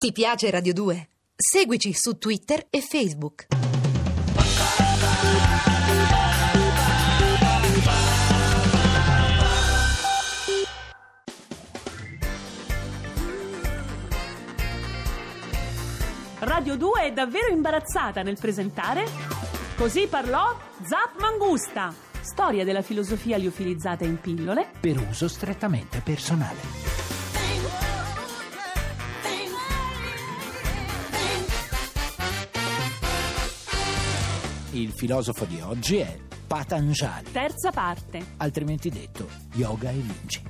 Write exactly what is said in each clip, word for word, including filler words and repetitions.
Ti piace Radio due? Seguici su Twitter e Facebook. Radio due è davvero imbarazzata nel presentare Così parlò Zap Mangusta, storia della filosofia liofilizzata in pillole per uso strettamente personale. Il filosofo di oggi è Patanjali, terza parte, altrimenti detto Yoga e Vinci.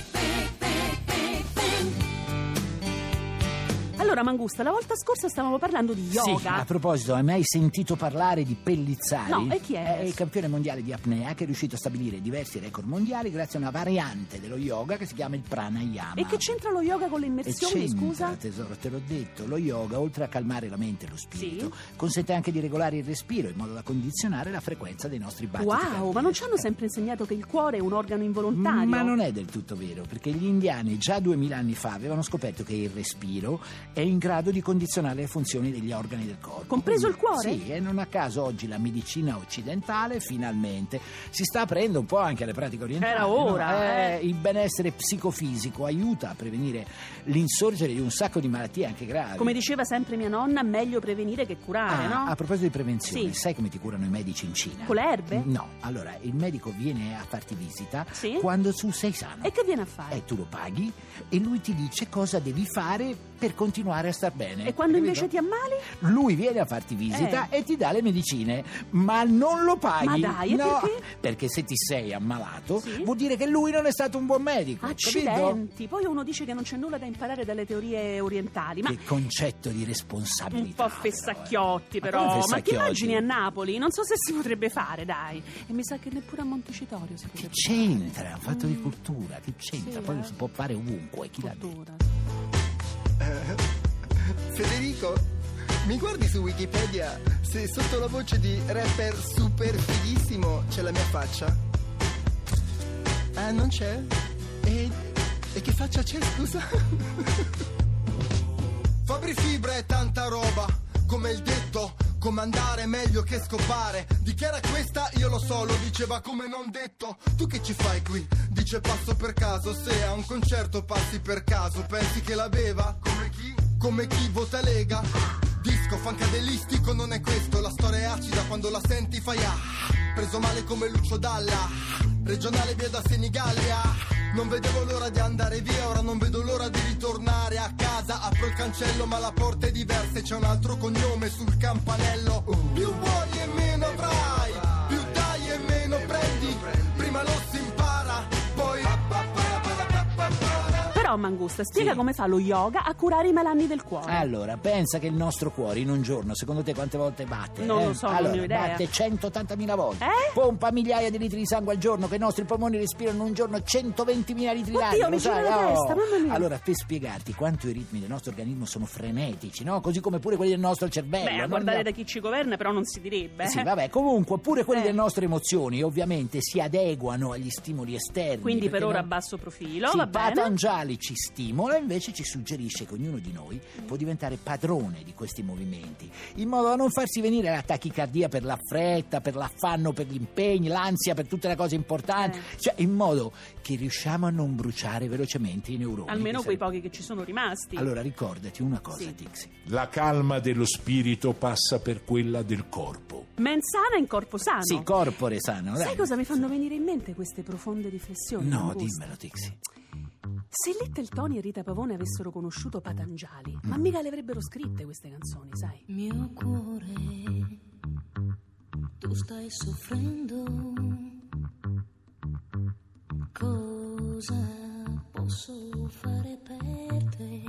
Allora Mangusta, la volta scorsa stavamo parlando di yoga. Sì, a proposito, hai mai sentito parlare di Pellizzari? No, e chi è? È il campione mondiale di apnea che è riuscito a stabilire diversi record mondiali grazie a una variante dello yoga che si chiama il pranayama. E che c'entra lo yoga con le immersioni, e c'entra, scusa? tesoro, te l'ho detto, lo yoga, oltre a calmare la mente e lo spirito, sì, consente anche di regolare il respiro in modo da condizionare la frequenza dei nostri battiti. Wow, cardiaci. ma non ci hanno sempre insegnato che il cuore è un organo involontario? Ma non è del tutto vero, perché gli indiani già duemila anni fa avevano scoperto che il respiro è in grado di condizionare le funzioni degli organi del corpo. Compreso il cuore? Sì, e non a caso oggi la medicina occidentale finalmente si sta aprendo un po' anche alle pratiche orientali. Era ora, no? eh, eh. Il benessere psicofisico aiuta a prevenire l'insorgere di un sacco di malattie anche gravi. Come diceva sempre mia nonna, meglio prevenire che curare, Ah, no? a proposito di prevenzione, Sì. sai come ti curano i medici in Cina? Con le erbe? No, allora il medico viene a farti visita Sì? quando tu sei sano. E che viene a fare? E tu lo paghi e lui ti dice cosa devi fare per continuare a star bene. E quando Capito? invece ti ammali? Lui viene a farti visita Eh. e ti dà le medicine, ma non lo paghi. Ma dai, e no, perché? Perché se ti sei ammalato Sì? vuol dire che lui non è stato un buon medico. Capito? Accidenti, poi uno dice che non c'è nulla da imparare dalle teorie orientali, ma Che concetto di responsabilità. un po' fessacchiotti però. però, Ma come ma ti fessacchiotti? immagini a Napoli? Non so se si potrebbe fare, dai. E mi sa che neppure a Montecitorio si Che potrebbe c'entra? È un fatto di Mm. cultura, che c'entra? Sì, Poi eh. si può fare ovunque, chi l'ha fare. detto? Cultura. Federico, mi guardi su Wikipedia se sotto la voce di rapper super fighissimo c'è la mia faccia? Ah, non c'è? E, e che faccia c'è, scusa? Fabri Fibra è tanta roba, come il detto, comandare è meglio che scopare. Di chi era questa? Io lo so, lo diceva come non detto. Tu che ci fai qui? Dice passo per caso, se a un concerto passi per caso, pensi che la beva? Come chi? Come chi vota Lega? Disco fancadelistico non è questo, la storia è acida quando la senti fai ah. Preso male come Lucio Dalla, regionale via da Senigallia. Non vedevo l'ora di andare via, ora non vedo l'ora di ritornare a casa. Apro il cancello ma la porta è diversa e c'è un altro cognome sul campanello. uh. Più vuoi e meno avrai, più dai e meno prendi. Prima lo si impara, poi... Però Mangusta, spiega Sì. come fa lo yoga a curare i malanni del cuore. Allora, pensa che il nostro cuore in un giorno, secondo te quante volte batte? Non eh? lo so, non allora, ne ho idea. batte centottantamila volte. Eh? Pompa migliaia di litri di sangue al giorno, che i nostri polmoni respirano in un giorno centoventimila litri Oddio, d'aria. mi lo gira sai? la Oh. testa, mamma mia. Allora, per spiegarti quanto i ritmi del nostro organismo sono frenetici, no? Così come pure quelli del nostro cervello. Beh, a no? guardare da chi ci governa però non si direbbe. Sì, eh. vabbè, comunque pure quelli Eh. delle nostre emozioni ovviamente si adeguano agli stimoli esterni. Quindi per perché ora a no- basso profilo, Sì, va bene. Patanjali ci stimola, invece ci suggerisce che ognuno di noi può diventare padrone di questi movimenti, in modo da non farsi venire la tachicardia per la fretta, per l'affanno, per gli impegni, l'ansia per tutte le cose importanti, Eh. cioè in modo che riusciamo a non bruciare velocemente i neuroni. Almeno che quei sarebbe- pochi che ci sono rimasti. Allora ricordati una cosa, Sì. Tixi. La calma dello spirito passa per quella del corpo. Men sana in corpo sano. Sì, corpore sano. Sai dai. cosa mi fanno venire in mente queste profonde riflessioni? No, Mangusta? dimmelo, Tixi. Se Little Tony e Rita Pavone avessero conosciuto Patanjali, ma Mm. mica le avrebbero scritte queste canzoni, sai? Mio cuore, tu stai soffrendo. Cosa posso fare per te?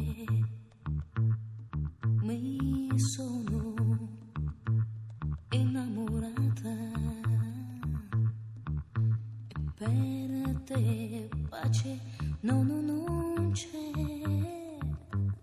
Mi sono innamorata e per te pace no, no, non c'è. Beh,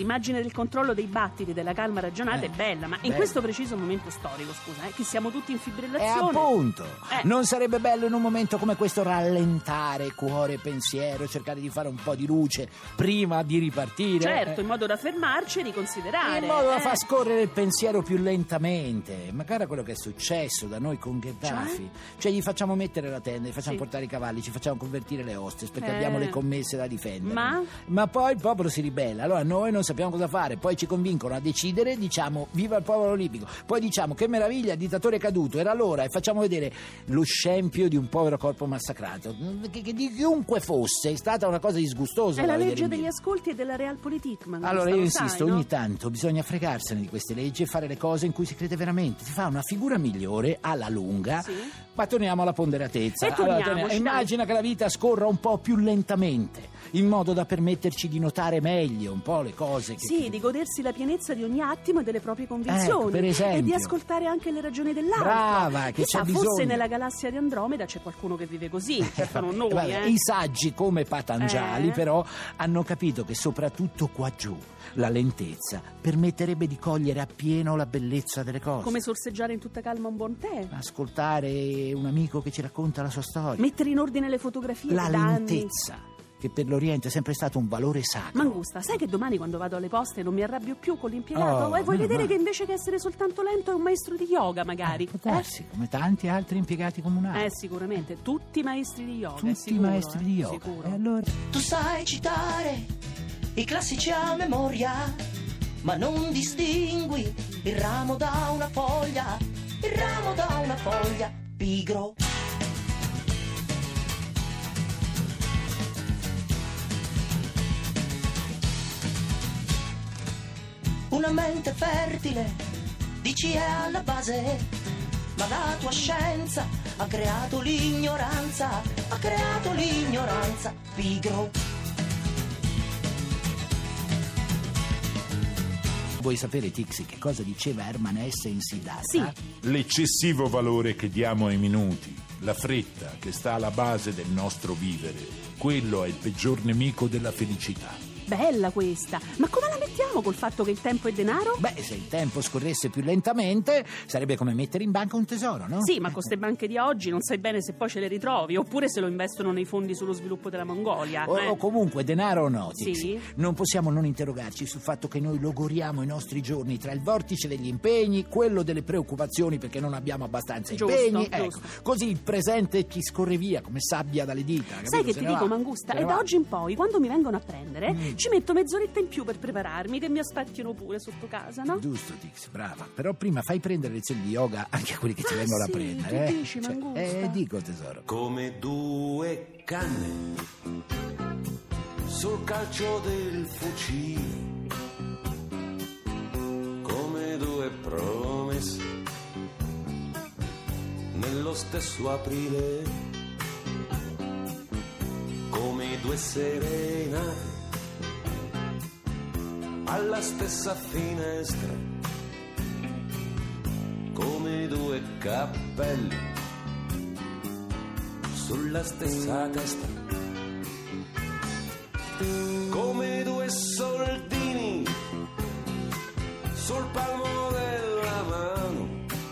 l'immagine del controllo dei battiti, della calma ragionata Eh, è bella, ma in bello. questo preciso momento storico, scusa, eh, che siamo tutti in E fibrillazione. appunto, Eh. non sarebbe bello in un momento come questo rallentare cuore e pensiero, cercare di fare un po' di luce prima di ripartire? Certo, Eh. in modo da fermarci e riconsiderare. In modo da eh. far scorrere il pensiero più lentamente. Magari quello che è successo da noi con Gheddafi. Cioè, gli facciamo mettere la tenda, gli facciamo Sì. portare i cavalli, ci facciamo convertire le hostes perché Eh. abbiamo le commesse da difendere. Ma? Ma poi il popolo si ribella, allora noi non sappiamo cosa fare, poi ci convincono a decidere, diciamo viva il popolo libico, poi diciamo che meraviglia, il dittatore è caduto, era l'ora, e facciamo vedere lo scempio di un povero corpo massacrato, che, che di chiunque fosse è stata una cosa disgustosa È da la vedere legge in degli video. ascolti e della realpolitik, ma Allora io lo sai, insisto, no? ogni tanto bisogna fregarsene di queste leggi e fare le cose in cui si crede veramente, si fa una figura migliore alla lunga. Sì. Ma torniamo alla ponderatezza. E Allora, torniamoci, dai. immagina che la vita scorra un po' più lentamente, in modo da permetterci di notare meglio un po' le cose che... Sì, di godersi la pienezza di ogni attimo e delle proprie convinzioni. Ecco, per esempio. E di ascoltare anche le ragioni dell'altro. Brava, che Chissà, c'è forse bisogno. nella galassia di Andromeda c'è qualcuno che vive così, certo non noi, Vabbè, eh. I saggi come Patanjali Eh. però hanno capito che soprattutto qua giù la lentezza permetterebbe di cogliere appieno la bellezza delle cose. Come sorseggiare in tutta calma un buon tè. Ascoltare un amico che ci racconta la sua storia. Mettere in ordine le fotografie La da anni. lentezza, che per l'Oriente è sempre stato un valore sacro. Mangusta, sai che domani quando vado alle poste non mi arrabbio più con l'impiegato? Oh, e vuoi meno vedere male. che invece che essere soltanto lento è un maestro di yoga, magari? Eh, può darsi, come tanti altri impiegati comunali. Eh, sicuramente. Tutti maestri di yoga, Tutti è sicuro, maestri eh, di yoga. sicuro. E allora? Tu sai citare i classici a memoria, ma non distingui il ramo da una foglia, il ramo da una foglia, pigro. Una mente fertile, dici è alla base, ma la tua scienza ha creato l'ignoranza, ha creato l'ignoranza, pigro. Vuoi sapere, Tixi, che cosa diceva Hermann Hesse in Siddhartha? Sì. L'eccessivo valore che diamo ai minuti, la fretta che sta alla base del nostro vivere, quello è il peggior nemico della felicità. Bella questa, ma come la mettiamo col fatto che il tempo è denaro? Beh, se il tempo scorresse più lentamente, sarebbe come mettere in banca un tesoro, no? Sì, ma con ste banche di oggi non sai bene se poi ce le ritrovi, oppure se lo investono nei fondi sullo sviluppo della Mongolia. O, eh. o comunque, denaro o no, Tixi, Sì. non possiamo non interrogarci sul fatto che noi logoriamo i nostri giorni tra il vortice degli impegni, quello delle preoccupazioni perché non abbiamo abbastanza Giusto, impegni. Ecco, giusto. così il presente ci scorre via come sabbia dalle dita. Sai capito? che Se ti ne dico, va, Mangusta, se e ne da va. oggi in poi, quando mi vengono a prendere, Mm. ci metto mezz'oretta in più per prepararmi, che mi aspettino pure sotto casa, no? Giusto, Tix, brava. Però prima fai prendere lezioni di yoga anche a quelli che ti Ah, vengono sì, a prendere. tu eh? dici, Mangusta? eh, dico, tesoro. Come due canne sul calcio del fucile, come due promesse nello stesso aprile, come due serenate alla stessa finestra, come due cappelli sulla stessa testa, come due soldini sul palmo della mano,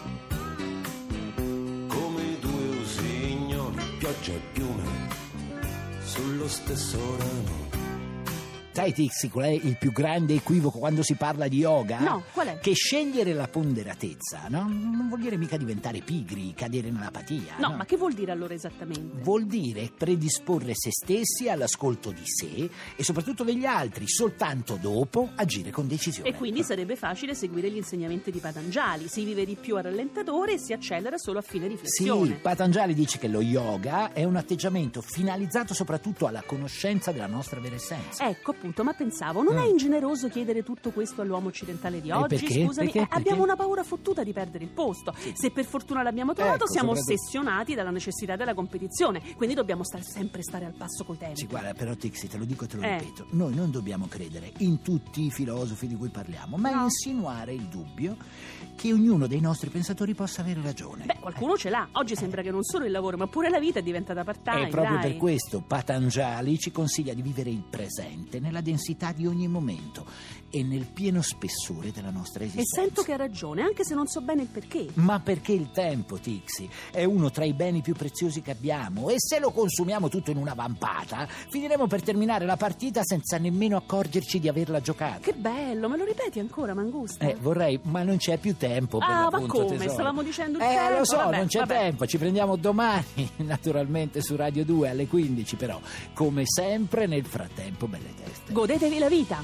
come due usignoli, pioggia e piume sullo stesso ramo. Sai, Tixi, qual è il più grande equivoco quando si parla di yoga? No, qual è? Che scegliere la ponderatezza, no? Non vuol dire mica diventare pigri, cadere nell'apatia. No, no? ma che vuol dire allora esattamente? Vuol dire predisporre se stessi all'ascolto di sé e soprattutto degli altri, soltanto dopo agire con decisione. E quindi sarebbe facile seguire gli insegnamenti di Patanjali, si vive di più a rallentatore e si accelera solo a fine riflessione. Sì, Patanjali dice che lo yoga è un atteggiamento finalizzato soprattutto alla conoscenza della nostra vera essenza. Ecco appunto, ma pensavo, non Mm. è ingeneroso chiedere tutto questo all'uomo occidentale di Eh, oggi? perché? Scusami, Perché? eh, Perché? abbiamo una paura fottuta di perdere il posto. Se per fortuna l'abbiamo trovato, Ecco, siamo soprattutto- ossessionati dalla necessità della competizione, quindi dobbiamo star- sempre stare al passo coi tempi. Sì, guarda, però Tixi, te lo dico e te lo Eh. ripeto, noi non dobbiamo credere in tutti i filosofi di cui parliamo, ma No. insinuare il dubbio che ognuno dei nostri pensatori possa avere ragione. Beh, qualcuno ce l'ha. Oggi sembra che non solo il lavoro, ma pure la vita è diventata part-time. E proprio dai. per questo Patanjali ci consiglia di vivere il presente nella densità di ogni momento e nel pieno spessore della nostra E esistenza. sento che ha ragione, anche se non so bene il perché. Ma perché il tempo, Tixi, è uno tra i beni più preziosi che abbiamo e se lo consumiamo tutto in una vampata, finiremo per terminare la partita senza nemmeno accorgerci di averla giocata. Che bello, me lo ripeti ancora, Mangusta? Eh, vorrei, ma non c'è più tempo per Ah, ma l'appunto, come? tesoro. Stavamo dicendo il eh, tempo. lo so, Vabbè, non c'è vabbè. tempo, ci prendiamo domani, naturalmente su Radio due alle quindici, però, come sempre, nel frattempo, belle teste. Godetevi la vita.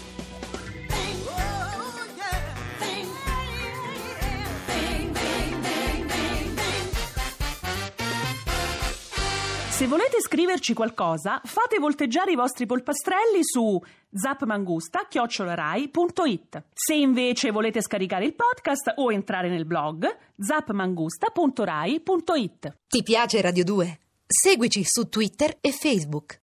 Se volete scriverci qualcosa, fate volteggiare i vostri polpastrelli su zapmangusta chiocciola rai punto it. Se invece volete scaricare il podcast o entrare nel blog, zapmangusta punto rai punto it. Ti piace Radio due? Seguici su Twitter e Facebook.